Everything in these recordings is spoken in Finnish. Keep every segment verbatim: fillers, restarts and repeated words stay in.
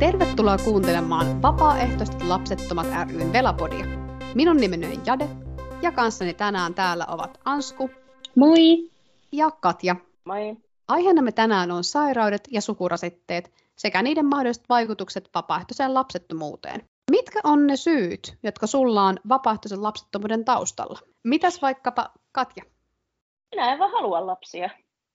Tervetuloa kuuntelemaan Vapaaehtoiset lapsettomat ry:n Velapodia. Minun nimeni on Jade ja kanssani tänään täällä ovat Ansku. Moi! Ja Katja. Moi! Aiheenamme tänään on sairaudet ja sukurasitteet sekä niiden mahdolliset vaikutukset vapaaehtoiseen lapsettomuuteen. Mitkä on ne syyt, jotka sulla on vapaaehtoisen lapsettomuuden taustalla? Mitäs vaikkapa Katja? Minä en vaan halua lapsia.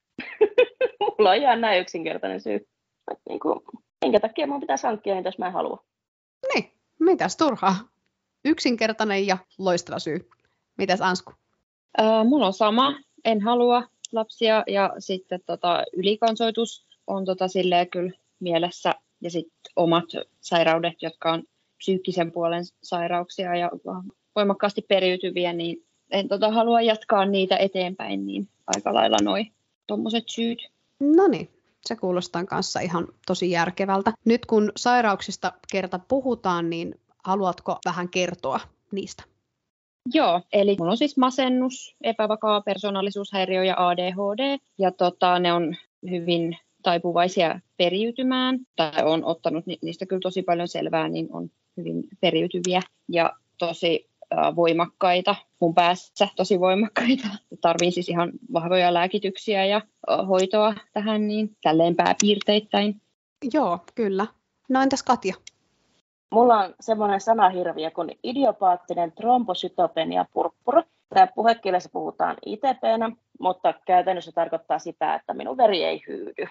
Mulla on ihan näin yksinkertainen syy. Niin kuin, minkä takia minun pitäisi hankkia niitä, jos mä en halua. Niin, mitäs turhaa? Yksinkertainen ja loistava syy. Mitäs Ansku? Äh, mulla on sama. En halua lapsia ja sitten tota, ylikansoitus on tota, silleen kyllä mielessä. Ja sitten omat sairaudet, jotka on psyykkisen puolen sairauksia ja voimakkaasti periytyviä, niin en tota, halua jatkaa niitä eteenpäin, niin aika lailla noin tommoset syyt. No niin, se kuulostaa kanssa ihan tosi järkevältä. Nyt kun sairauksista kerta puhutaan, niin haluatko vähän kertoa niistä? Joo, eli mulla on siis masennus, epävakaa persoonallisuushäiriö ja A D H D, ja tota, ne on hyvin taipuvaisia periytymään, tai on ottanut niistä kyllä tosi paljon selvää, niin on hyvin periytyviä ja tosi äh, voimakkaita, mun päässä tosi voimakkaita. Tarviin siis ihan vahvoja lääkityksiä ja äh, hoitoa tähän, niin tälleen pääpiirteittäin. Joo, kyllä. No entäs Katja? Mulla on semmoinen sanahirviö kuin idiopaattinen trombosytopenia purppura. Tämä puhekielessä puhutaan I T P:nä, mutta käytännössä tarkoittaa sitä, että minun veri ei hyydy.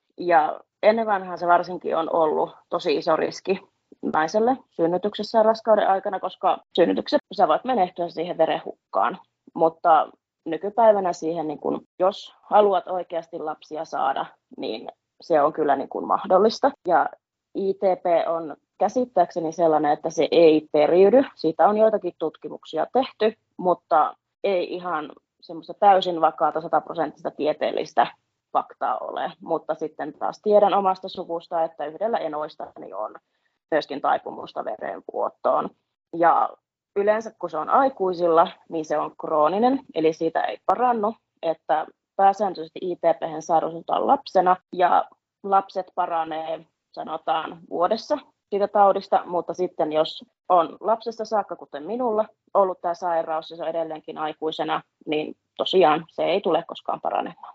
Ja ennen vanhaan se varsinkin on ollut tosi iso riski naiselle synnytyksessä ja raskauden aikana, koska synnytyksessä sä voit menehtyä siihen verenhukkaan. Mutta nykypäivänä siihen, niin kun, jos haluat oikeasti lapsia saada, niin se on kyllä niin kun mahdollista. Ja I T P on käsittääkseni sellainen, että se ei periydy. Siitä on joitakin tutkimuksia tehty, mutta ei ihan semmoista täysin vakaata sataprosenttista tieteellistä faktaa ole. Mutta sitten taas tiedän omasta suvusta, että yhdellä enoistani on myöskin taipumusta verenvuotoon. Ja yleensä kun se on aikuisilla, niin se on krooninen, eli siitä ei parannu, että pääsääntöisesti I T P:hen sairastutaan lapsena ja lapset paranee sanotaan vuodessa siitä taudista, mutta sitten jos on lapsesta saakka, kuten minulla, ollut tämä sairaus ja se on edelleenkin aikuisena, niin tosiaan se ei tule koskaan paranemaan.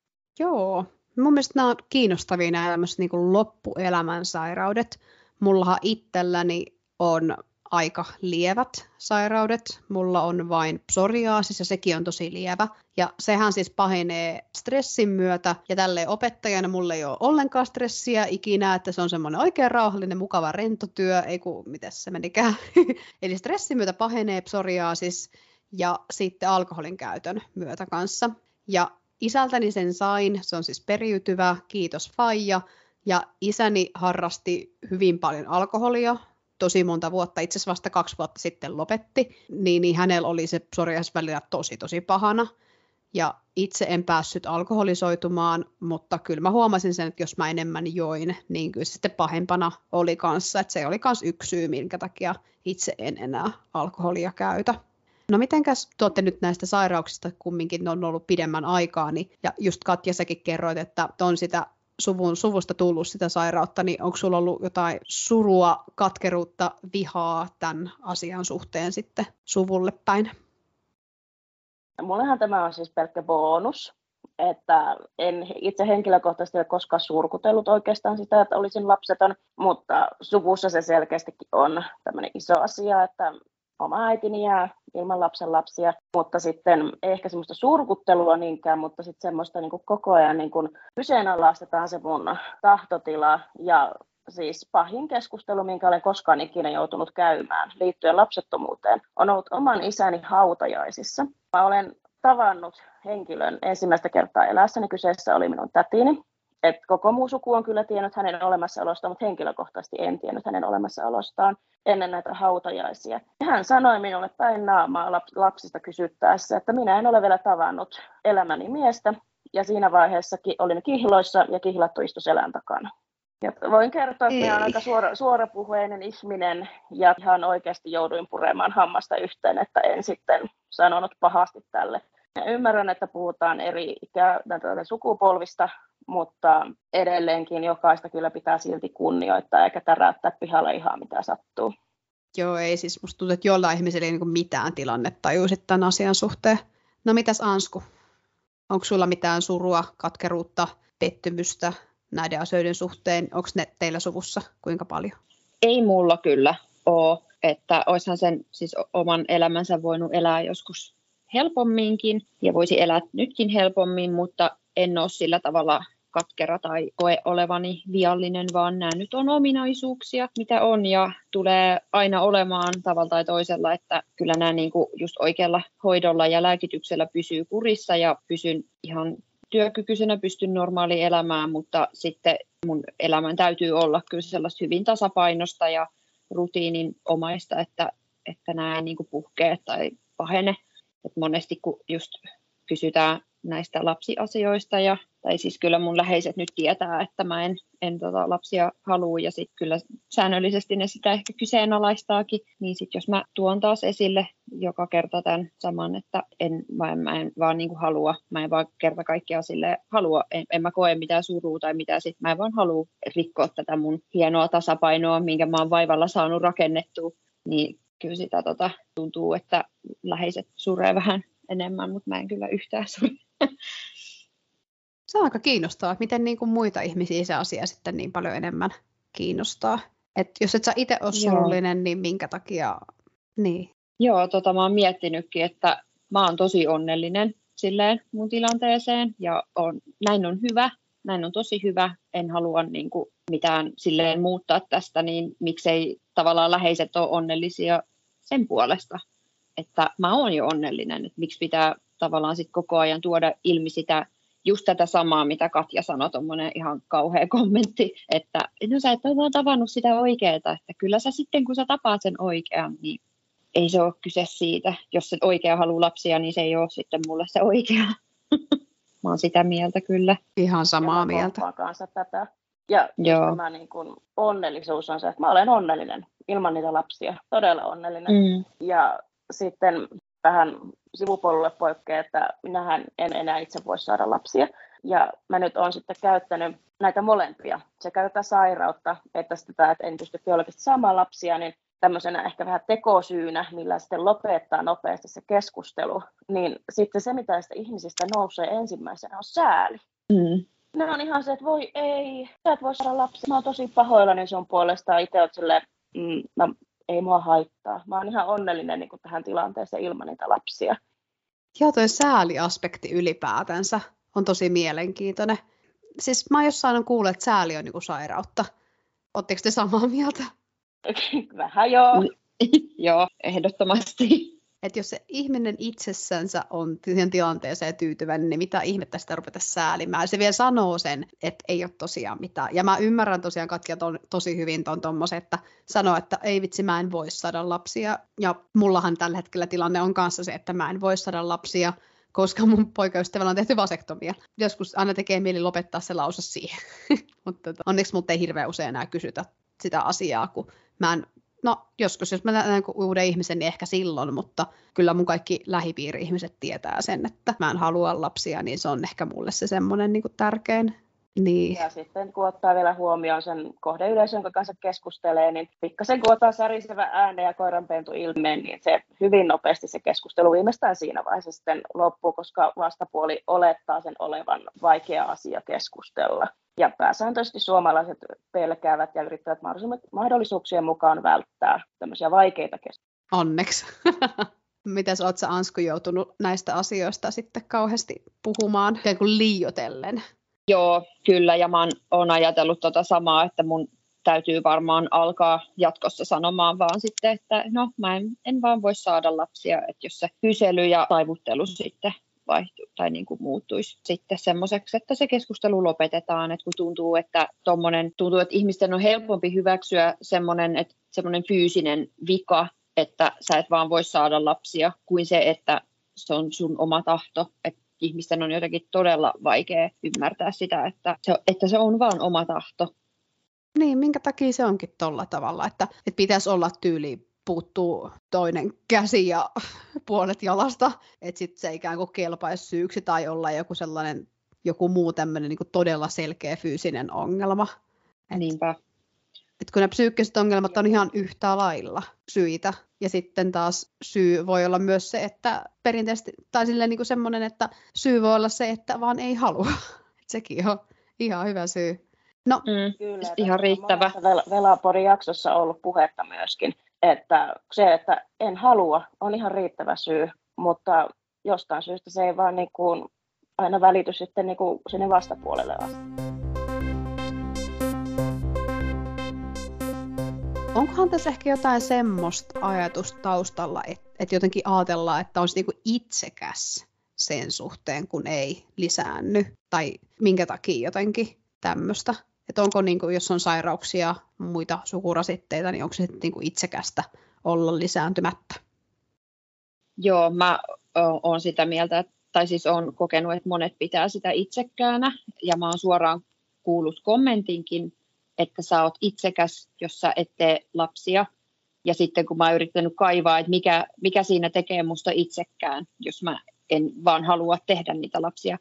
Joo, mun mielestä nämä on kiinnostavia nämä niin kuin loppuelämän sairaudet. Mullahan itselläni on aika lievät sairaudet. Mulla on vain psoriaasis ja sekin on tosi lievä. Ja sehän siis pahenee stressin myötä. Ja tälleen opettajana mulla ei ole ollenkaan stressiä ikinä, että se on semmoinen oikein rauhallinen, mukava rentotyö. Ei kun, mites se menikään. Eli stressin myötä pahenee psoriaasis ja sitten alkoholin käytön myötä kanssa. Ja isältäni sen sain, se on siis periytyvä, kiitos faija. Ja isäni harrasti hyvin paljon alkoholia. Tosi monta vuotta, itse asiassa vasta kaksi vuotta sitten lopetti, niin, niin hänellä oli se psoriaasis välillä tosi tosi pahana. Ja itse en päässyt alkoholisoitumaan, mutta kyllä mä huomasin sen, että jos mä enemmän join, niin kyllä se sitten pahempana oli kanssa. Että se oli myös yksi syy, minkä takia itse en enää alkoholia käytä. No mitenkäs tuotte nyt näistä sairauksista, kumminkin ne on ollut pidemmän aikaa, niin, ja just Katja säkin kerroit, että on sitä Suvun, suvusta tullut sitä sairautta, niin onko sulla ollut jotain surua, katkeruutta, vihaa tämän asian suhteen sitten suvulle päin? Mullehan tämä on siis pelkkä bonus, että en itse henkilökohtaisesti ole koskaan surkutellut oikeastaan sitä, että olisin lapseton, mutta suvussa se selkeästikin on tämmöinen iso asia, että oma äitini jää ilman lapsen lapsia, mutta sitten ei ehkä semmoista surkuttelua niinkään, mutta sitten semmoista niin kuin koko ajan niin kuin kyseenalaistetaan se mun tahtotila ja siis pahin keskustelu, minkä olen koskaan ikinä joutunut käymään liittyen lapsettomuuteen, on ollut oman isäni hautajaisissa. Mä olen tavannut henkilön ensimmäistä kertaa elässäni, kyseessä oli minun tätini. Et koko muu suku on kyllä tiennyt hänen olemassaolostaan, mutta henkilökohtaisesti en tiennyt hänen olemassaolostaan ennen näitä hautajaisia. Ja hän sanoi minulle päin naamaa lapsista kysyttäessä, että minä en ole vielä tavannut elämäni miestä. Ja siinä vaiheessakin olin kihloissa ja kihlattu istui selän takana. Ja voin kertoa, että minä olen aika suora, suorapuheinen ihminen ja ihan oikeasti jouduin puremaan hammasta yhteen, että en sitten sanonut pahasti tälle. Ja ymmärrän, että puhutaan eri ikä- sukupolvista, mutta edelleenkin jokaista kyllä pitää silti kunnioittaa eikä täräyttää pihalle ihan mitä sattuu. Joo, ei siis musta tuntuu, että jollain ihmisellä ei niin mitään tilannettajua sitten tämän asian suhteen. No mitäs Ansku? Onko sulla mitään surua, katkeruutta, pettymystä näiden asioiden suhteen? Onko ne teillä suvussa kuinka paljon? Ei mulla kyllä ole, että oishan sen siis oman elämänsä voinut elää joskus helpomminkin ja voisi elää nytkin helpommin, mutta en ole sillä tavalla katkera tai koe olevani viallinen, vaan nämä nyt on ominaisuuksia, mitä on ja tulee aina olemaan tavalla tai toisella, että kyllä nämä niin kuin just oikealla hoidolla ja lääkityksellä pysyy kurissa ja pysyn ihan työkykyisenä, pystyn normaaliin elämään, mutta sitten mun elämän täytyy olla kyllä sellaista hyvin tasapainosta ja rutiininomaista, että, että nämä ei niin kuin puhkee tai pahene. Et monesti kun just kysytään näistä lapsiasioista, ja, tai siis kyllä mun läheiset nyt tietää, että mä en, en tota lapsia halua, ja sitten kyllä säännöllisesti ne sitä ehkä kyseenalaistaakin, niin sitten jos mä tuon taas esille joka kerta tämän saman, että en, mä en, mä en vaan niin kuin halua, mä en vaan kerta kaikkiaan sille halua, en, en mä koe mitään surua tai mitä, sit mä en vaan halua rikkoa tätä mun hienoa tasapainoa, minkä mä oon vaivalla saanut rakennettua, niin kyllä sitä tota, tuntuu, että läheiset suree vähän enemmän, mutta mä en kyllä yhtään sure. Se on aika kiinnostavaa, miten niin kuin muita ihmisiä se asia sitten niin paljon enemmän kiinnostaa. Et jos et sä itse ole surullinen, niin minkä takia? Niin. Joo, tota, mä oon miettinytkin, että mä oon tosi onnellinen silleen mun tilanteeseen ja on, näin on hyvä, näin on tosi hyvä. En halua niin kuin, mitään silleen muuttaa tästä, niin miksei tavallaan läheiset ole onnellisia sen puolesta, että mä oon jo onnellinen, että miksi pitää tavallaan sit koko ajan tuoda ilmi sitä, just tätä samaa, mitä Katja sanoi, tuommoinen ihan kauhea kommentti, että no sä et ole vaan tavannut sitä oikeaa, että kyllä sä sitten kun sä tapaat sen oikean, niin ei se ole kyse siitä. Jos se oikea haluaa lapsia, niin se ei ole sitten mulle se oikea. Mä oon sitä mieltä kyllä. Ihan samaa mieltä. Kanssa tätä. Ja tämä niin kun onnellisuus on se, että mä olen onnellinen ilman niitä lapsia, todella onnellinen. Mm. Ja sitten vähän sivupolulle poikkeaa, että minähän en enää itse voi saada lapsia. Ja mä nyt olen sitten käyttänyt näitä molempia, sekä tätä sairautta, että sitä, että en pysty biologisesti saamaan lapsia, niin tämmöisenä ehkä vähän tekosyynä, millä sitten lopettaa nopeasti se keskustelu. Niin sitten se, mitä sitä ihmisistä nousee ensimmäisenä, on sääli. Mm. Ne on ihan se, että voi ei, sä et voi saada lapsia. Mä oon tosi pahoillani sun puolestaan. Itse oot silleen, mm, mä, ei mua haittaa. Mä oon ihan onnellinen niin kuin tähän tilanteeseen ilman niitä lapsia. Joo, toi sääliaspekti ylipäätänsä on tosi mielenkiintoinen. Siis mä oon jossain kuullut, että sääli on niin kuin sairautta. Ootteko te samaa mieltä? Vähän joo. Joo, ehdottomasti. Että jos se ihminen itsessänsä on siihen tilanteeseen tyytyväinen, niin mitä ihmettä sitä rupeta säälimään. Se vielä sanoo sen, että ei ole tosiaan mitään. Ja mä ymmärrän tosiaan Katja ton, tosi hyvin ton tommosen, että sanoo, että ei vitsi, mä en voi saada lapsia. Ja mullahan tällä hetkellä tilanne on kanssa se, että mä en voi saada lapsia, koska mun poikaystävällä on tehty vasektomia. Joskus aina tekee mieli lopettaa se lause siihen. Mutta onneksi multa ei hirveän usein enää kysytä sitä asiaa, kun mä en... No joskus, jos mä näen uuden ihmisen, niin ehkä silloin, mutta kyllä mun kaikki lähipiiri-ihmiset tietää sen, että mä en halua lapsia, niin se on ehkä mulle se semmoinen niin kuin tärkein. Niin. Ja sitten kun ottaa vielä huomioon sen kohdeyleisön, jonka kanssa keskustelee, niin pikkasen kun ottaa sarisevä äänen ja koiranpentu ilmeen, niin se hyvin nopeasti se keskustelu viimeistään siinä vaiheessa sitten loppuu, koska vastapuoli olettaa sen olevan vaikea asia keskustella. Ja pääsääntöisesti suomalaiset pelkäävät ja yrittävät mahdollisuuksien mukaan välttää tämmöisiä vaikeita keskusteluja. Onneksi. Mitäs oot sä, Ansku, joutunut näistä asioista sitten kauheasti puhumaan, ikään kuin liioitellen? Joo, kyllä, ja mä oon ajatellut tota samaa, että mun täytyy varmaan alkaa jatkossa sanomaan vaan sitten, että no mä en, en vaan voi saada lapsia, että jos se kysely ja taivuttelu sitten vaihtuu tai niin kuin muuttuisi sitten semmoiseksi, että se keskustelu lopetetaan, että kun tuntuu, että tommonen, tuntuu, että ihmisten on helpompi hyväksyä semmoinen, että semmoinen fyysinen vika, että sä et vaan voi saada lapsia, kuin se, että se on sun oma tahto, että ihmisten on jotenkin todella vaikea ymmärtää sitä, että se, että se on vaan oma tahto. Niin, minkä takia se onkin tolla tavalla, että, että pitäisi olla tyyli puuttuu toinen käsi ja puolet jalasta, että sitten se ikään kuin kelpaisi syyksi tai olla joku sellainen joku muu tämmöinen niin kuin todella selkeä fyysinen ongelma. Et, Niinpä. et kun ne psyykkiset ongelmat on ihan yhtä lailla syitä. Ja sitten taas syy voi olla myös se, että perinteisesti, tai silleen niin kuin semmoinen, että syy voi olla se, että vaan ei halua. Sekin on ihan hyvä syy. No, mm, Kyllä, ihan riittävä. Vel- Velapodin jaksossa on ollut puhetta myöskin, että se, että en halua, on ihan riittävä syy, mutta jostain syystä se ei vaan niin kuin aina välity sitten niin kuin sinne vastapuolelle asti. Onkohan tässä ehkä jotain semmoista ajatusta taustalla, että, että jotenkin ajatellaan, että olisi niinku itsekäs sen suhteen, kun ei lisäänny, tai minkä takia jotenkin tämmöistä. Että onko, niinku, jos on sairauksia, muita sukurasitteita, niin onko se niinku itsekästä olla lisääntymättä? Joo, mä oon sitä mieltä, tai siis oon kokenut, että monet pitää sitä itsekkäänä, ja mä oon suoraan kuullut kommentinkin, että sä oot itsekäs, jos sä et tee lapsia. Ja sitten kun mä oon yrittänyt kaivaa, että mikä, mikä siinä tekee musta itsekkään, jos mä en vaan halua tehdä niitä lapsia,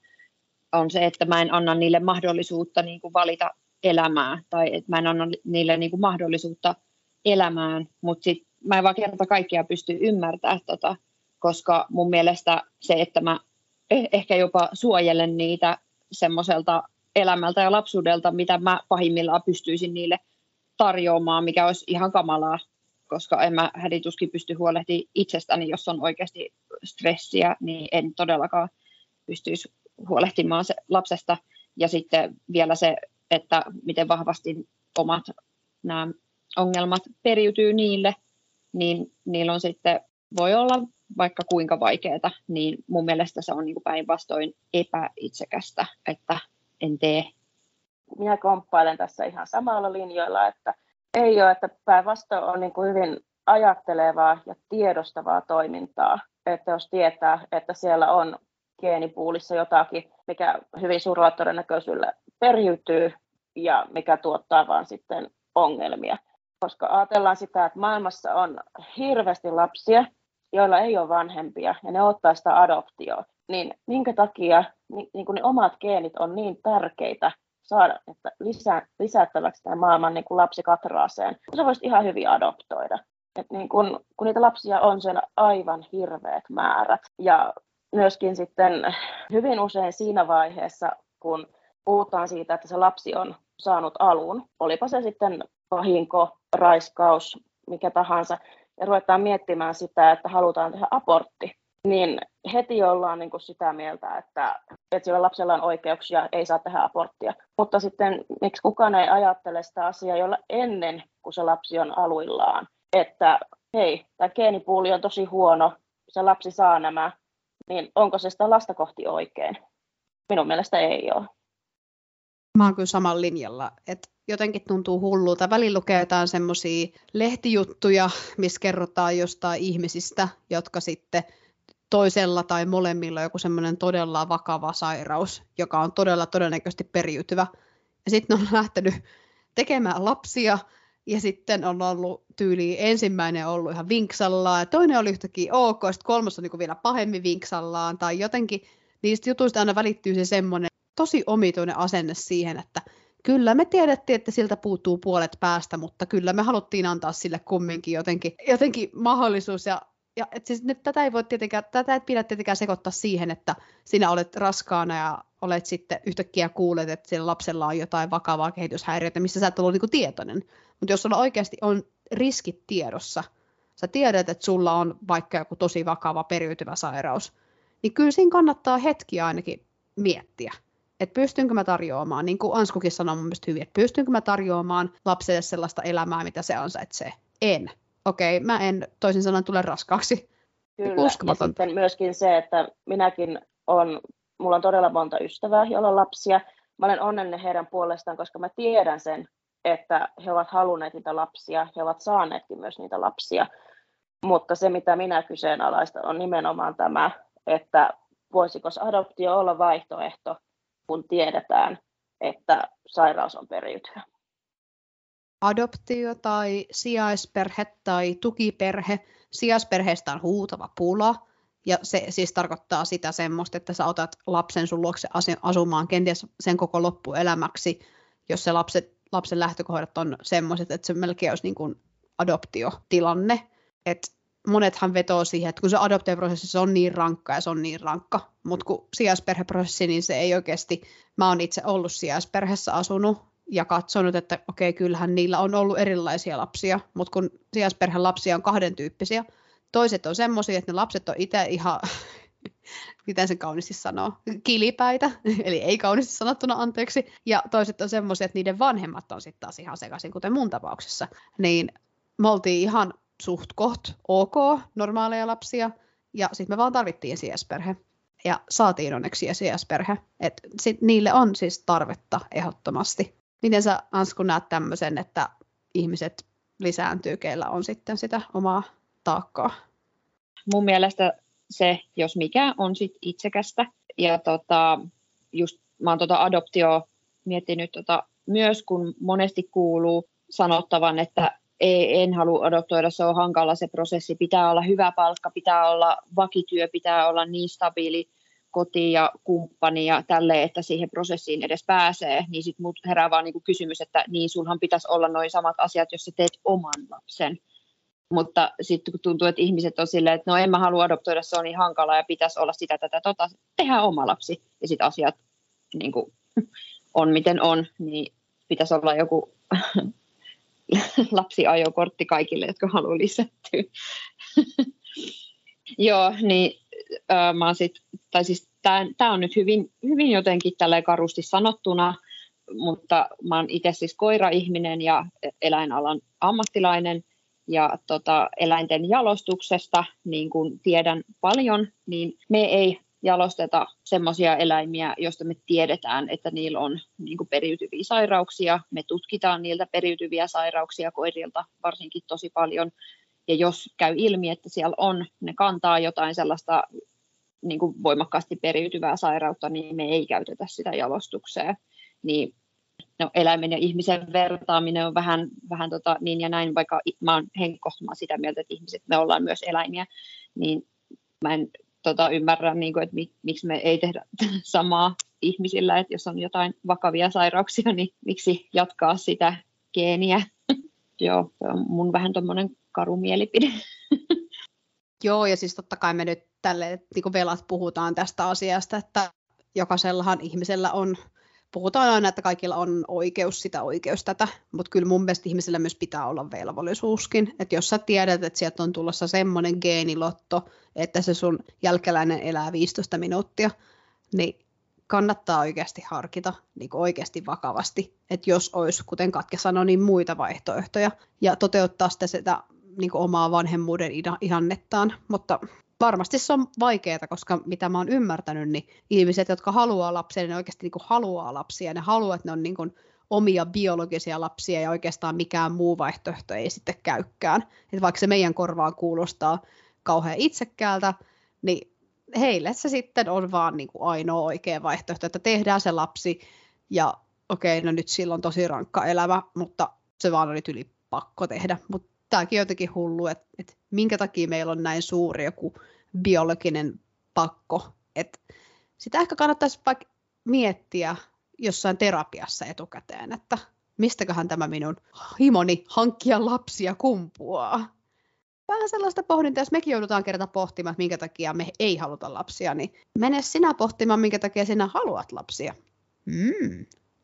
on se, että mä en anna niille mahdollisuutta niin kuin valita elämää, tai että mä en anna niille niin kuin mahdollisuutta elämään, mutta sit mä en vaan kerta kaikkiaan pysty ymmärtämään tota, koska mun mielestä se, että mä ehkä jopa suojelen niitä semmoiselta elämältä ja lapsuudelta, mitä mä pahimmillaan pystyisin niille tarjoamaan, mikä olisi ihan kamalaa, koska en mä hädituskin pysty huolehtimaan itsestäni, jos on oikeasti stressiä, niin en todellakaan pystyisi huolehtimaan se lapsesta. Ja sitten vielä se, että miten vahvasti omat nämä ongelmat periytyy niille, niin niillä on sitten, voi olla vaikka kuinka vaikeaa, niin mun mielestä se on niin kuin päinvastoin epäitsekästä, että en tee. Minä komppailen tässä ihan samalla linjoilla, että ei ole, että päinvastoin on niin kuin hyvin ajattelevaa ja tiedostavaa toimintaa, että jos tietää, että siellä on geenipuulissa jotakin, mikä hyvin suurella todennäköisyydellä periytyy ja mikä tuottaa vaan sitten ongelmia. Koska ajatellaan sitä, että maailmassa on hirveästi lapsia, joilla ei ole vanhempia ja ne ottaa sitä adoptioon, niin minkä takia niin kuin ne omat geenit on niin tärkeitä saada että lisää, lisättäväksi tämän maailman niin kuin lapsikatraaseen, kun sä voisit ihan hyvin adoptoida. Et niin kun, kun niitä lapsia on siellä aivan hirveät määrät. Ja myöskin sitten hyvin usein siinä vaiheessa, kun puhutaan siitä, että se lapsi on saanut alun, olipa se sitten vahinko, raiskaus, mikä tahansa, ja ruvetaan miettimään sitä, että halutaan tehdä abortti, niin heti ollaan niin kuin sitä mieltä, että, että sillä lapsella on oikeuksia, ei saa tehdä aborttia. Mutta sitten miksi kukaan ei ajattele sitä asiaa, jolla ennen kuin se lapsi on aluillaan, että hei, tämä geenipuuli on tosi huono, se lapsi saa nämä, niin onko se sitä lasta kohti oikein? Minun mielestä ei ole. Mä oon kyllä samalla linjalla, että jotenkin tuntuu hullulta. Välillä lukee jotain semmoisia lehtijuttuja, missä kerrotaan jostain ihmisistä, jotka sitten toisella tai molemmilla on joku semmoinen todella vakava sairaus, joka on todella todennäköisesti periytyvä. Ja sitten on lähtenyt tekemään lapsia, ja sitten on ollut tyyli ensimmäinen on ollut ihan vinksallaan, ja toinen oli yhtäkkiä ok, ja sitten kolmas on niin kuin vielä pahemmin vinksallaan, tai jotenkin niistä jutuista aina välittyy se semmoinen tosi omituinen asenne siihen, että kyllä me tiedettiin, että siltä puuttuu puolet päästä, mutta kyllä me haluttiin antaa sille kumminkin jotenkin, jotenkin mahdollisuus. Ja, ja et siis nyt tätä ei voi tietenkään, tätä ei pidä tietenkään sekoittaa siihen, että sinä olet raskaana ja olet sitten yhtäkkiä kuulet, että sillä lapsella on jotain vakavaa kehityshäiriötä, missä sä et ollut niinku tietoinen. Mutta jos sulla oikeasti on riskit tiedossa, sä tiedät, että sulla on vaikka joku tosi vakava periytyvä sairaus, niin kyllä siinä kannattaa hetki ainakin miettiä. Että pystynkö mä tarjoamaan, niin kuin Anskukin sanoi mun mielestä hyvin, että pystynkö mä tarjoamaan lapselle sellaista elämää, mitä se ansaitsee. En. Okei, okay, mä en toisin sanoen tule raskaaksi. Kyllä, ja sitten myöskin se, että minäkin on, mulla on todella monta ystävää, joilla on lapsia. Mä olen onnellinen heidän puolestaan, koska mä tiedän sen, että he ovat halunneet niitä lapsia, he ovat saaneetkin myös niitä lapsia. Mutta se, mitä minä kyseenalaistan, on nimenomaan tämä, että voisiko adoptio olla vaihtoehto, kun tiedetään, että sairaus on periytyvä. Adoptio tai sijaisperhe tai tukiperhe. Sijaisperheestä on huutava pula. Ja se siis tarkoittaa sitä semmoista, että sä otat lapsen sun luokse asumaan kenties sen koko loppuelämäksi, jos se lapset, lapsen lähtökohdat on semmoiset, että se melkein olisi niin kuin adoptiotilanne. Et monethan vetoo siihen, että kun se adoptioprosessi se on niin rankka ja se on niin rankka, mutta kun sijaisperheprosessi, niin se ei oikeasti, mä oon itse ollut sijaisperheessä asunut ja katsonut, että okei, kyllähän niillä on ollut erilaisia lapsia, mutta kun sijaisperheen lapsia on kahden tyyppisiä, toiset on semmoisia, että ne lapset on itse ihan, miten sen kauniisti sanoo, kilipäitä, eli ei kauniisti sanottuna anteeksi, ja toiset on semmoisia, että niiden vanhemmat on sitten taas ihan sekaisin, kuten mun tapauksessa, niin me oltiin ihan suht koht ok, normaaleja lapsia, ja sitten me vaan tarvittiin sijaisperhe, ja saatiin onneksi sijaisperhe, että sit niille on siis tarvetta ehdottomasti. Miten sä, Ansku, näet tämmöisen, että ihmiset lisääntyy, keillä on sitten sitä omaa taakkaa? Mun mielestä se, jos mikä, on sit itsekästä. Ja tota, just mä oon tota adoptioa miettinyt tota, myös, kun monesti kuuluu sanottavan, että ei, en halua adoptoida, se on hankala se prosessi, pitää olla hyvä palkka, pitää olla vakityö, pitää olla niin stabiili koti ja kumppani ja tälleen, että siihen prosessiin edes pääsee, niin sitten mut herää vaan niinku kysymys, että niin sulhan pitäisi olla noin samat asiat, jos sä teet oman lapsen. Mutta sitten kun tuntuu, että ihmiset on silleen, että no en mä halua adoptoida, se on niin hankalaa ja pitäisi olla sitä, tätä, tota, tehdään oma lapsi. Ja sitten asiat niin kuin, on miten on, niin pitäisi olla joku lapsiajokortti kaikille, jotka haluaa lisättyä. Joo, niin äh, mä oon sit, tai siis tää on nyt hyvin, hyvin jotenkin tälleen karusti sanottuna, mutta mä oon itse siis koira-ihminen ja eläinalan ammattilainen, ja tota, eläinten jalostuksesta, niin kuin tiedän paljon, niin me ei jalosteta semmoisia eläimiä, joista me tiedetään, että niillä on niin kuin periytyviä sairauksia. Me tutkitaan niiltä periytyviä sairauksia koirilta varsinkin tosi paljon. Ja jos käy ilmi, että siellä on, ne kantaa jotain sellaista niin kuin voimakkaasti periytyvää sairautta, niin me ei käytetä sitä jalostukseen. Niin no, eläimen ja ihmisen vertaaminen on vähän, vähän tota, niin ja näin, vaikka mä oon henkkohtamaan sitä mieltä, että ihmiset, me ollaan myös eläimiä, niin mä en tota, ymmärrä, niin kuin, että mik, miksi me ei tehdä samaa ihmisillä, että jos on jotain vakavia sairauksia, niin miksi jatkaa sitä geeniä. Joo, se on mun vähän tommoinen karu mielipide. Joo, ja siis totta kai me nyt tälle niin kuin velat puhutaan tästä asiasta, että jokaisellahan ihmisellä on, puhutaan aina, että kaikilla on oikeus sitä, oikeus tätä, mutta kyllä mun mielestä ihmisellä myös pitää olla velvollisuuskin. Että jos sä tiedät, että sieltä on tulossa semmoinen geenilotto, että se sun jälkeläinen elää viisitoista minuuttia, niin kannattaa oikeasti harkita niin kuin oikeasti vakavasti, että jos olisi, kuten Katja sanoi, niin muita vaihtoehtoja ja toteuttaa sitä, sitä niin kuin omaa vanhemmuuden ihannettaan, mutta varmasti se on vaikeaa, koska mitä mä oon ymmärtänyt, niin ihmiset, jotka haluaa lapsia, ne oikeasti niin kuin haluaa lapsia, ne haluaa, että ne on niin kuin omia biologisia lapsia ja oikeastaan mikään muu vaihtoehto ei sitten käykään. Että vaikka se meidän korvaan kuulostaa kauhean itsekkäältä, niin heille se sitten on vaan niin kuin ainoa oikea vaihtoehto, että tehdään se lapsi ja okei, no nyt sillä on tosi rankka elämä, mutta se vaan on nyt yli pakko tehdä. Mutta tämäkin on jotenkin hullu, että, että minkä takia meillä on näin suuri joku biologinen pakko. Että sitä ehkä kannattaisi vaikka miettiä jossain terapiassa etukäteen, että mistäköhän tämä minun himoni hankkia lapsia kumpuaa. Vähän sellaista pohdintaa, jos mekin joudutaan kerta pohtimaan, että minkä takia me ei haluta lapsia, niin mene sinä pohtimaan, minkä takia sinä haluat lapsia. Mm.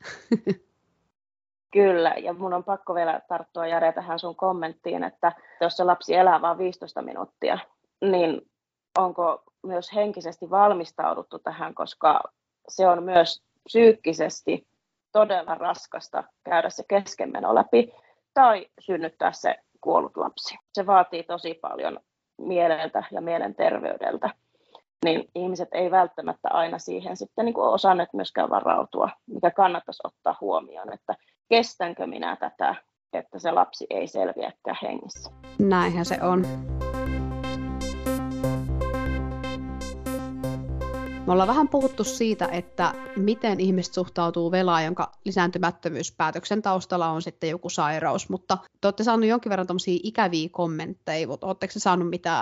Kyllä, ja mun on pakko vielä tarttua, Jare, tähän sun kommenttiin, että jos se lapsi elää vain viisitoista minuuttia, niin onko myös henkisesti valmistauduttu tähän, koska se on myös psyykkisesti todella raskasta käydä se keskenmeno läpi tai synnyttää se kuollut lapsi. Se vaatii tosi paljon mieleltä ja mielenterveydeltä, niin ihmiset ei välttämättä aina siihen sitten niin kuin osanneet myöskään varautua, mikä kannattaisi ottaa huomioon, että kestänkö minä tätä, että se lapsi ei selviäkään hengissä. Näinhän se on. Me ollaan vähän puhuttu siitä, että miten ihmiset suhtautuu velaan, jonka lisääntymättömyyspäätöksen taustalla on sitten joku sairaus, mutta te olette saaneet jonkin verran tämmöisiä ikäviä kommentteja, mutta oletteko te saanut mitään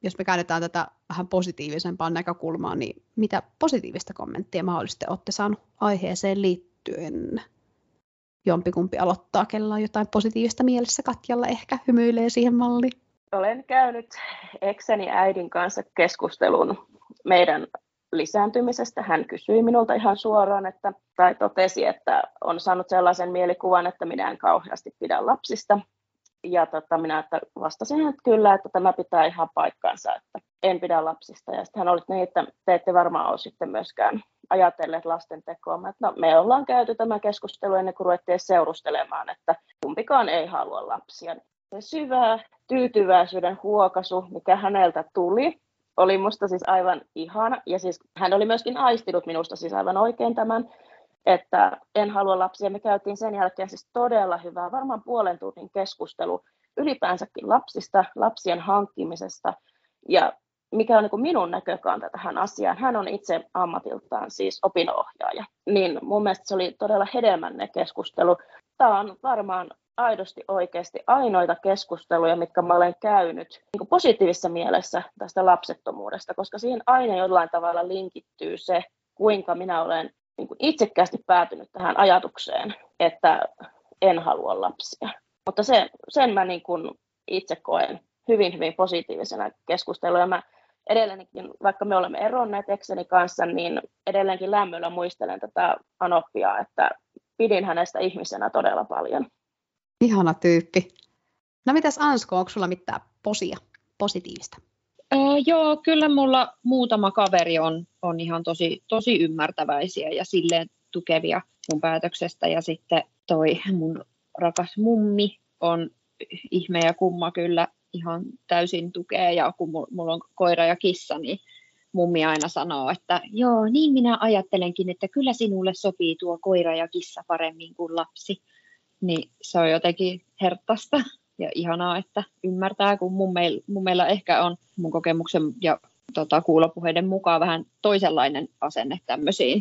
jos me käännetään tätä vähän positiivisempaan näkökulmaan, niin mitä positiivista kommenttia mahdollisesti olette saanut aiheeseen liittyen? Jompikumpi aloittaa, kella on jotain positiivista mielessä. Katjalla ehkä hymyilee siihen malliin. Olen käynyt ekseni äidin kanssa keskustelun meidän lisääntymisestä. Hän kysyi minulta ihan suoraan, että, tai totesi, että on saanut sellaisen mielikuvan, että minä en kauheasti pidä lapsista. Ja tota, minä että vastasin, että kyllä, että tämä pitää ihan paikkansa, että en pidä lapsista. Ja sitten hän oli niin, että te ette varmaan ole sitten myöskään ajatelleet lasten tekoa. Että no, me ollaan käyty tämä keskustelu ennen kuin ruvettiin seurustelemaan, että kumpikaan ei halua lapsia. Se syvä tyytyväisyyden huokaisu, mikä häneltä tuli, oli musta siis aivan ihana. Ja siis hän oli myöskin aistinut minusta siis aivan oikein tämän, että en halua lapsia. Me käytiin sen jälkeen siis todella hyvää, varmaan puolen tunnin keskustelu ylipäänsäkin lapsista, lapsien hankkimisesta ja mikä on niin kuin minun näkökanta tähän asiaan. Hän on itse ammatiltaan siis opinoohjaaja, niin mun mielestä se oli todella hedelmällinen keskustelu. Tämä on varmaan aidosti oikeasti ainoita keskusteluja, mitkä mä olen käynyt niin kuin positiivisessa mielessä tästä lapsettomuudesta, koska siihen aina jollain tavalla linkittyy se, kuinka minä olen niin kuin itsekkäästi päätynyt tähän ajatukseen, että en halua lapsia. Mutta se, sen mä niin kuin itse koen hyvin, hyvin positiivisena keskustelua. Ja mä edelleenkin, vaikka me olemme eronneet ekseni kanssa, niin edelleenkin lämmöllä muistelen tätä Anoppia, että pidin hänestä ihmisenä todella paljon. Ihana tyyppi. No mitäs Ansko, onko sulla mitään posia, positiivista? Öö, joo, kyllä mulla muutama kaveri on, on ihan tosi, tosi ymmärtäväisiä ja silleen tukevia mun päätöksestä. Ja sitten toi mun rakas mummi on ihme ja kumma kyllä ihan täysin tukee. Ja kun mulla on koira ja kissa, niin mummi aina sanoo, että joo, niin minä ajattelenkin, että kyllä sinulle sopii tuo koira ja kissa paremmin kuin lapsi. Niin se on jotenkin herttasta. Ja ihanaa, että ymmärtää, kun mun, meil, mun meillä ehkä on mun kokemuksen ja tota, kuulopuheiden mukaan vähän toisenlainen asenne tämmöisiin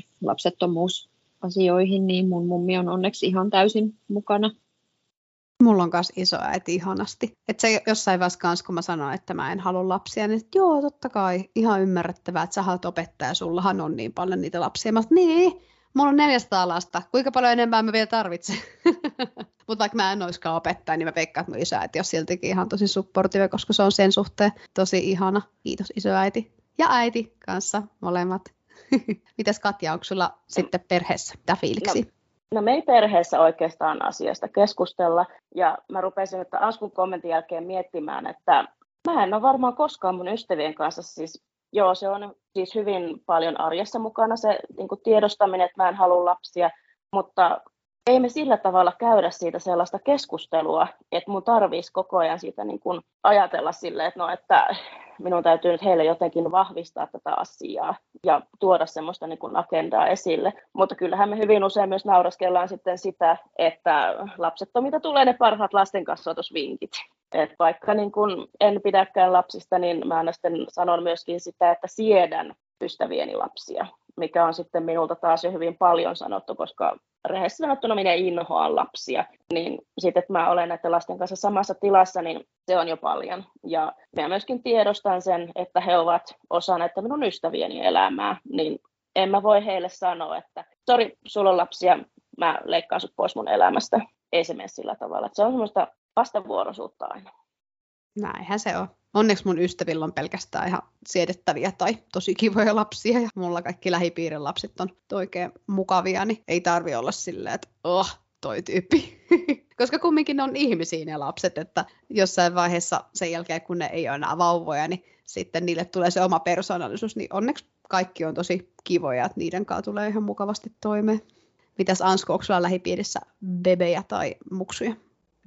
lapsettomuusasioihin, niin mun mummi on onneksi ihan täysin mukana. Mulla on myös isoäiti ihanasti. Että se jossain vaiheessa kanssa, kun mä sanoin, että mä en halua lapsia, niin että joo, totta kai, ihan ymmärrettävää, että sä haluat opettaa ja sullahan on niin paljon niitä lapsia. Mä sanoin, niin, mulla on neljäsataa lasta, kuinka paljon enemmän mä vielä tarvitsen? Mutta vaikka mä en olisikaan opettaja, niin mä veikkaan, että mun isoäiti on siltikin ihan tosi supportive, koska se on sen suhteen tosi ihana. Kiitos isoäiti. Ja äiti kanssa molemmat. Mitäs Katja, onko sulla no, sitten perheessä mitä fiiliksi? No, no me ei perheessä oikeastaan asiasta keskustella. Ja mä rupesin että Anskun kommentin jälkeen miettimään, että mä en ole varmaan koskaan mun ystävien kanssa siis joo, se on siis hyvin paljon arjessa mukana se niin kuin tiedostaminen, että mä en halua lapsia, mutta ei me sillä tavalla käydä siitä sellaista keskustelua, että mun tarvitsisi koko ajan siitä niin kuin ajatella silleen, että, no, että minun täytyy nyt heille jotenkin vahvistaa tätä asiaa ja tuoda semmoista niin kuin agendaa esille. Mutta kyllähän me hyvin usein myös nauraskellaan sitten sitä, että lapsettomilta tulee ne parhaat lastenkasvatusvinkit. Et vaikka niin kun en pidäkään lapsista, niin mä aina sitten sanon myöskin sitä, että siedän ystävieni lapsia, mikä on sitten minulta taas jo hyvin paljon sanottu, koska rehellisesti sanottuna minä inhoan lapsia. Niin sitten, että mä olen näiden lasten kanssa samassa tilassa, niin se on jo paljon. Ja mä myöskin tiedostan sen, että he ovat osa näitä minun ystävieni elämää, niin en mä voi heille sanoa, että sori, sulla on lapsia, mä leikkaan sut pois mun elämästä. Ei se mene sillä tavalla. Että se on semmoista vastavuoroisuutta aina. Näinhän se on. Onneksi mun ystävillä on pelkästään ihan siedettäviä tai tosi kivoja lapsia ja mulla kaikki lähipiirin lapset on oikein mukavia, niin ei tarvi olla silleen, että oh, toi tyyppi. Koska kumminkin ne on ihmisiä ne lapset, että jossain vaiheessa sen jälkeen kun ne ei ole enää vauvoja, niin sitten niille tulee se oma persoonallisuus, niin onneksi kaikki on tosi kivoja, että niiden kanssa tulee ihan mukavasti toimeen. Mitäs Ansko, onko sulla lähipiirissä bebejä tai muksuja?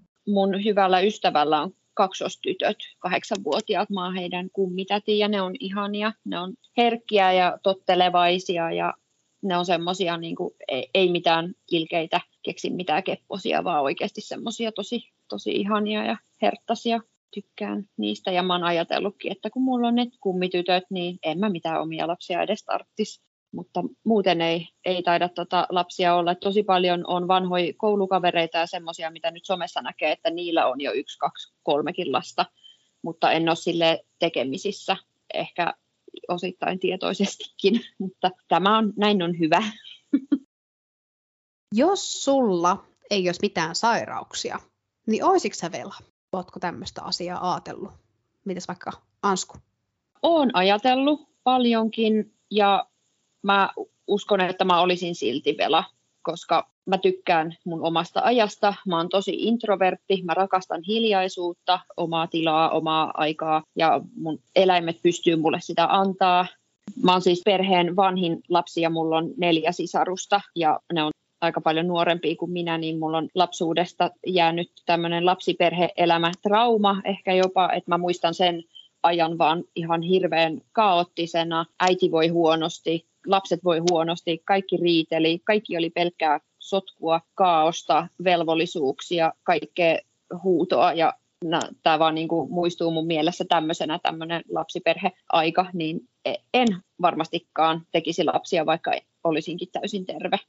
Mun hyvällä ystävällä on kaksostytöt, kahdeksanvuotiaat, mä oon heidän kummitäti ja ne on ihania, ne on herkkiä ja tottelevaisia ja ne on semmosia niin kuin ei, ei mitään ilkeitä keksi mitään kepposia, vaan oikeasti semmosia tosi, tosi ihania ja herttaisia. Tykkään niistä ja mä oon ajatellutkin, että kun mulla on ne kummitytöt, niin en mä mitään omia lapsia edes tarvitsisi. Mutta muuten ei, ei taida tota lapsia olla. Tosi paljon on vanhoja koulukavereita ja semmoisia, mitä nyt somessa näkee, että niillä on jo yksi, kaksi, kolmekin lasta. mutta en ole sille tekemisissä, ehkä osittain tietoisestikin, mutta tämä on, näin on hyvä. Jos sulla ei olisi mitään sairauksia, niin olisitko sä vela? Ootko tämmöistä asiaa ajatellut? Mites vaikka Ansku? Oon ajatellut paljonkin ja mä uskon, että mä olisin silti vela, koska mä tykkään mun omasta ajasta. Mä oon tosi introvertti, mä rakastan hiljaisuutta, omaa tilaa, omaa aikaa ja mun eläimet pystyy mulle sitä antaa. Mä oon siis perheen vanhin lapsi ja mulla on neljä sisarusta ja ne on aika paljon nuorempia kuin minä, niin mulla on lapsuudesta jäänyt tämmöinen lapsiperhe-elämä trauma ehkä jopa, että mä muistan sen ajan vaan ihan hirveän kaoottisena. Äiti voi huonosti, lapset voi huonosti, kaikki riiteli, kaikki oli pelkkää sotkua, kaaosta, velvollisuuksia, kaikkea huutoa ja no, tämä vaan niin kuin muistuu mun mielessä tämmöisenä tämmöinen lapsiperheaika, niin en varmastikaan tekisi lapsia, vaikka olisinkin täysin terve.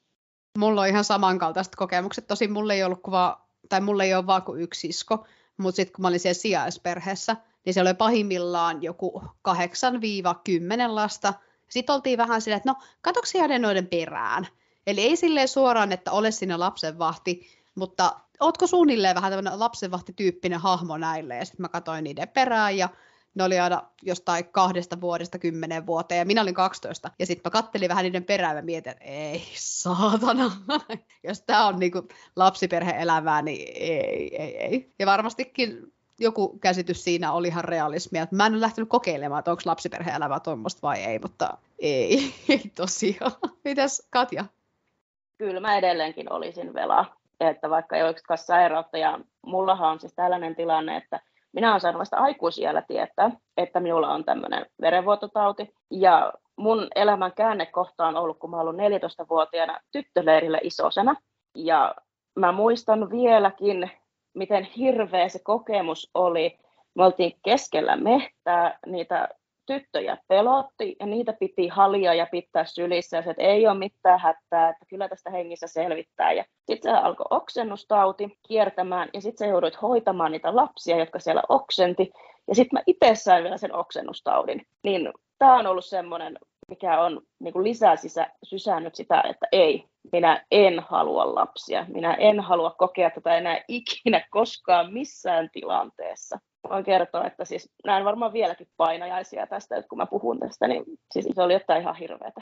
Mulla on ihan samankaltaiset kokemukset. Tosin mulla ei ollut kuva, tai mulla ei ole vaan kuin yksi sisko, mutta sitten kun mä olin siellä sijaisperheessä, niin siellä oli pahimmillaan joku kahdeksan kymmenen lasta. Sitten oltiin vähän silleen, että no, katsoksi jäädä noiden perään. Eli ei silleen suoraan, että ole sinne lapsenvahti, mutta ootko suunnilleen vähän tämmöinen lapsenvahtityyppinen hahmo näille? Ja sitten mä katsoin niiden perään ja ne oli aina jostain kahdesta vuodesta kymmenen vuoteen ja minä olin kaksitoista. Ja sitten mä kattelin vähän niiden perään ja mietin, että ei saatana, jos tää on niinku lapsiperhe-elämää, niin ei, ei, ei. Ja varmastikin joku käsitys siinä oli ihan realismia. Että mä en ole lähtenyt kokeilemaan, että onko lapsiperhe-elämää tuommoista vai ei, mutta ei, ei tosiaan. Mitäs Katja? Kyllä mä edelleenkin olisin vela, että vaikka ei olisikaan sairautta. Ja mullahan on siis tällainen tilanne, että minä olen saanut vasta aikuisiällä tietää, että minulla on tämmöinen verenvuototauti. Ja mun elämän käännekohta on ollut, kun mä olen neljätoistavuotiaana tyttöleirillä isosena. Ja mä muistan vieläkin, miten hirveä se kokemus oli. Me oltiin keskellä mehtää, niitä tyttöjä pelotti ja niitä piti halia ja pitää sylissä. Ja se, että ei ole mitään hätää, että kyllä tästä hengissä selvittää. Ja sitten se alkoi oksennustauti kiertämään ja sitten sä jouduit hoitamaan niitä lapsia, jotka siellä oksenti. Ja sitten mä itse sain vielä sen oksennustaudin. Niin tämä on ollut semmoinen, mikä on niin kuin lisää sisä, sysännyt sitä, että ei, minä en halua lapsia. Minä en halua kokea tätä enää ikinä koskaan missään tilanteessa. Voin kertoa, että siis näen varmaan vieläkin painajaisia tästä, että kun mä puhun tästä, niin siis se oli jotain ihan hirveätä.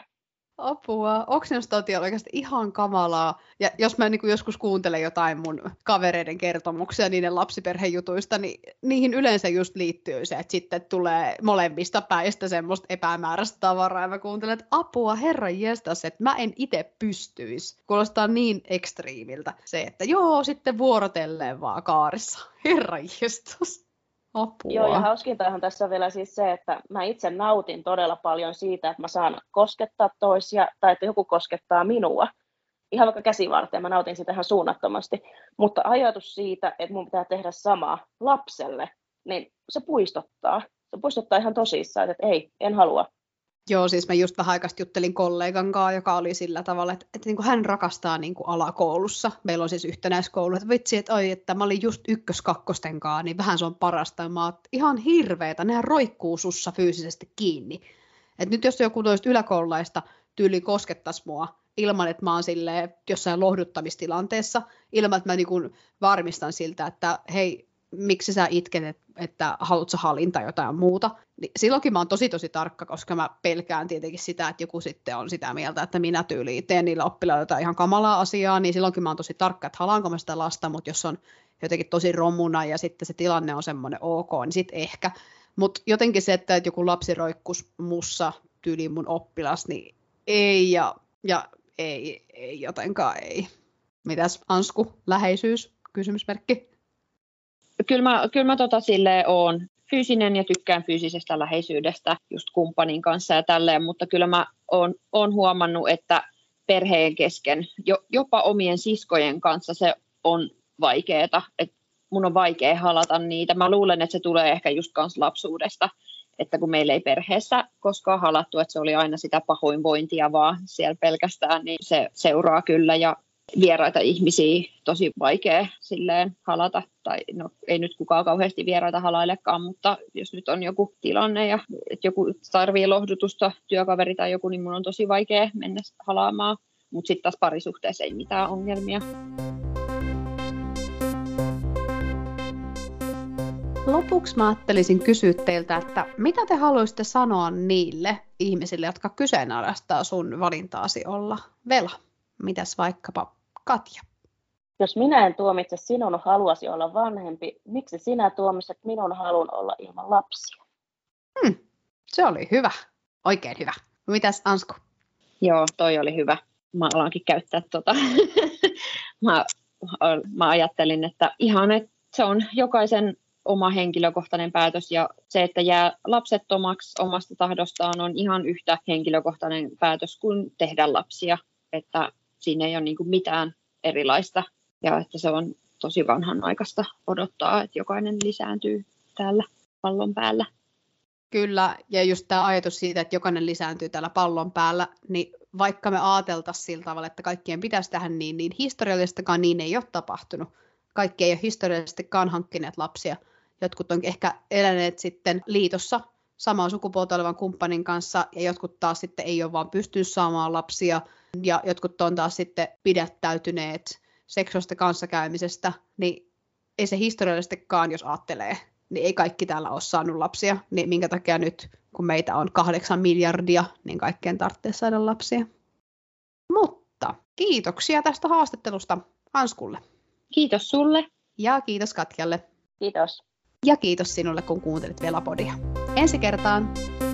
Apua. Oksennustauti on oikeasti ihan kamalaa. Ja jos mä niin kuin joskus kuuntelen jotain mun kavereiden kertomuksia niiden lapsiperhejutuista, niin niihin yleensä just liittyy se, että sitten tulee molemmista päistä semmoista epämääräistä tavaraa. Ja mä kuuntelen, että apua, herran jestas, että mä en itse pystyisi. Kuulostaa niin ekstriimiltä se, että joo, sitten vuorotelleen vaan kaarissa. Herran jestas. Apua. Joo, ja hauskintahan tässä on vielä siis se, että mä itse nautin todella paljon siitä, että mä saan koskettaa toisia, tai että joku koskettaa minua. Ihan vaikka käsivarteen, mä nautin sitä ihan suunnattomasti. Mutta ajatus siitä, että mun pitää tehdä sama lapselle, niin se puistottaa. Se puistottaa ihan tosissaan, että ei, en halua. Joo, siis mä just vähän aikaa juttelin kollegan kanssa, joka oli sillä tavalla, että, että niin kuin hän rakastaa niin kuin alakoulussa. Meillä on siis yhtenäiskoulu, että vitsi, että, oi, että mä olin just ykköskakkosten kanssa, niin vähän se on parasta. Mä oon ihan hirveetä, nehän roikkuu sussa fyysisesti kiinni. Et nyt jos joku noista yläkoululaista tyyli koskettaisi mua ilman, että mä oon silleen jossain lohduttamistilanteessa, ilman, että mä niin kuin varmistan siltä, että hei, miksi sä itket, että haluatko halin tai jotain muuta. Niin silloinkin mä oon tosi tosi tarkka, koska mä pelkään tietenkin sitä, että joku sitten on sitä mieltä, että minä tyyliin teen niillä oppilailla jotain ihan kamalaa asiaa, niin silloinkin mä oon tosi tarkka, että halanko mä sitä lasta, mutta jos on jotenkin tosi romuna ja sitten se tilanne on semmoinen ok, niin sitten ehkä. Mutta jotenkin se, että joku lapsi roikkus mussa tyyliin mun oppilas, niin ei ja, ja ei, ei jotenkaan ei. Mitäs Ansku, läheisyys, kysymysmerkki? Kyllä mä, kyllä mä tota silleen oon fyysinen ja tykkään fyysisestä läheisyydestä just kumppanin kanssa ja tälleen, mutta kyllä mä oon, oon huomannut, että perheen kesken, jo, jopa omien siskojen kanssa se on vaikeeta, että mun on vaikea halata niitä. Mä luulen, että se tulee ehkä just kans lapsuudesta, että kun meillä ei perheessä koskaan halattu, että se oli aina sitä pahoinvointia vaan siellä pelkästään, niin se seuraa kyllä ja vieraita ihmisiä tosi vaikea silleen halata. Tai no ei nyt kukaan kauheasti vieraita halailekaan, mutta jos nyt on joku tilanne ja että joku tarvii lohdutusta, työkaveri tai joku, niin mun on tosi vaikea mennä halaamaan. Mutta sitten taas parisuhteessa ei mitään ongelmia. Lopuksi mä ajattelisin kysyä teiltä, että mitä te haluaisitte sanoa niille ihmisille, jotka kyseenalaistaa sun valintaasi olla vela? Mitäs vaikkapa Katja? Jos minä en tuomitse sinun haluasi olla vanhempi, miksi sinä tuomitset minun halun olla ilman lapsia? Hmm, se oli hyvä. Oikein hyvä. Mitäs Ansku? Joo, toi oli hyvä. Mä alankin käyttää tota. mä, mä ajattelin, että ihan, että se on jokaisen oma henkilökohtainen päätös ja se, että jää lapsettomaksi omasta tahdostaan on ihan yhtä henkilökohtainen päätös kuin tehdä lapsia. Että siinä ei ole niin kuin mitään erilaista ja että se on tosi vanhanaikaista odottaa, että jokainen lisääntyy täällä pallon päällä. Kyllä, ja just tämä ajatus siitä, että jokainen lisääntyy täällä pallon päällä, niin vaikka me ajateltaisiin sillä tavalla, että kaikkien pitäisi tehdä niin, niin historiallisestikaan niin ei ole tapahtunut. Kaikki ei ole historiallisestikaan hankkineet lapsia. Jotkut on ehkä eläneet sitten liitossa samaa sukupuolta olevan kumppanin kanssa, ja jotkut taas sitten ei ole vaan pystynyt saamaan lapsia, ja jotkut on taas sitten pidättäytyneet seksuaalista kanssakäymisestä, niin ei se historiallisestikaan, jos ajattelee, niin ei kaikki täällä ole saanut lapsia, niin minkä takia nyt, kun meitä on kahdeksan miljardia, niin kaikkien tarvitsee saada lapsia. Mutta kiitoksia tästä haastattelusta Anskulle. Kiitos sulle. Ja kiitos Katjalle. Kiitos. Ja kiitos sinulle, kun kuuntelit Velapodia. Ensi kertaan.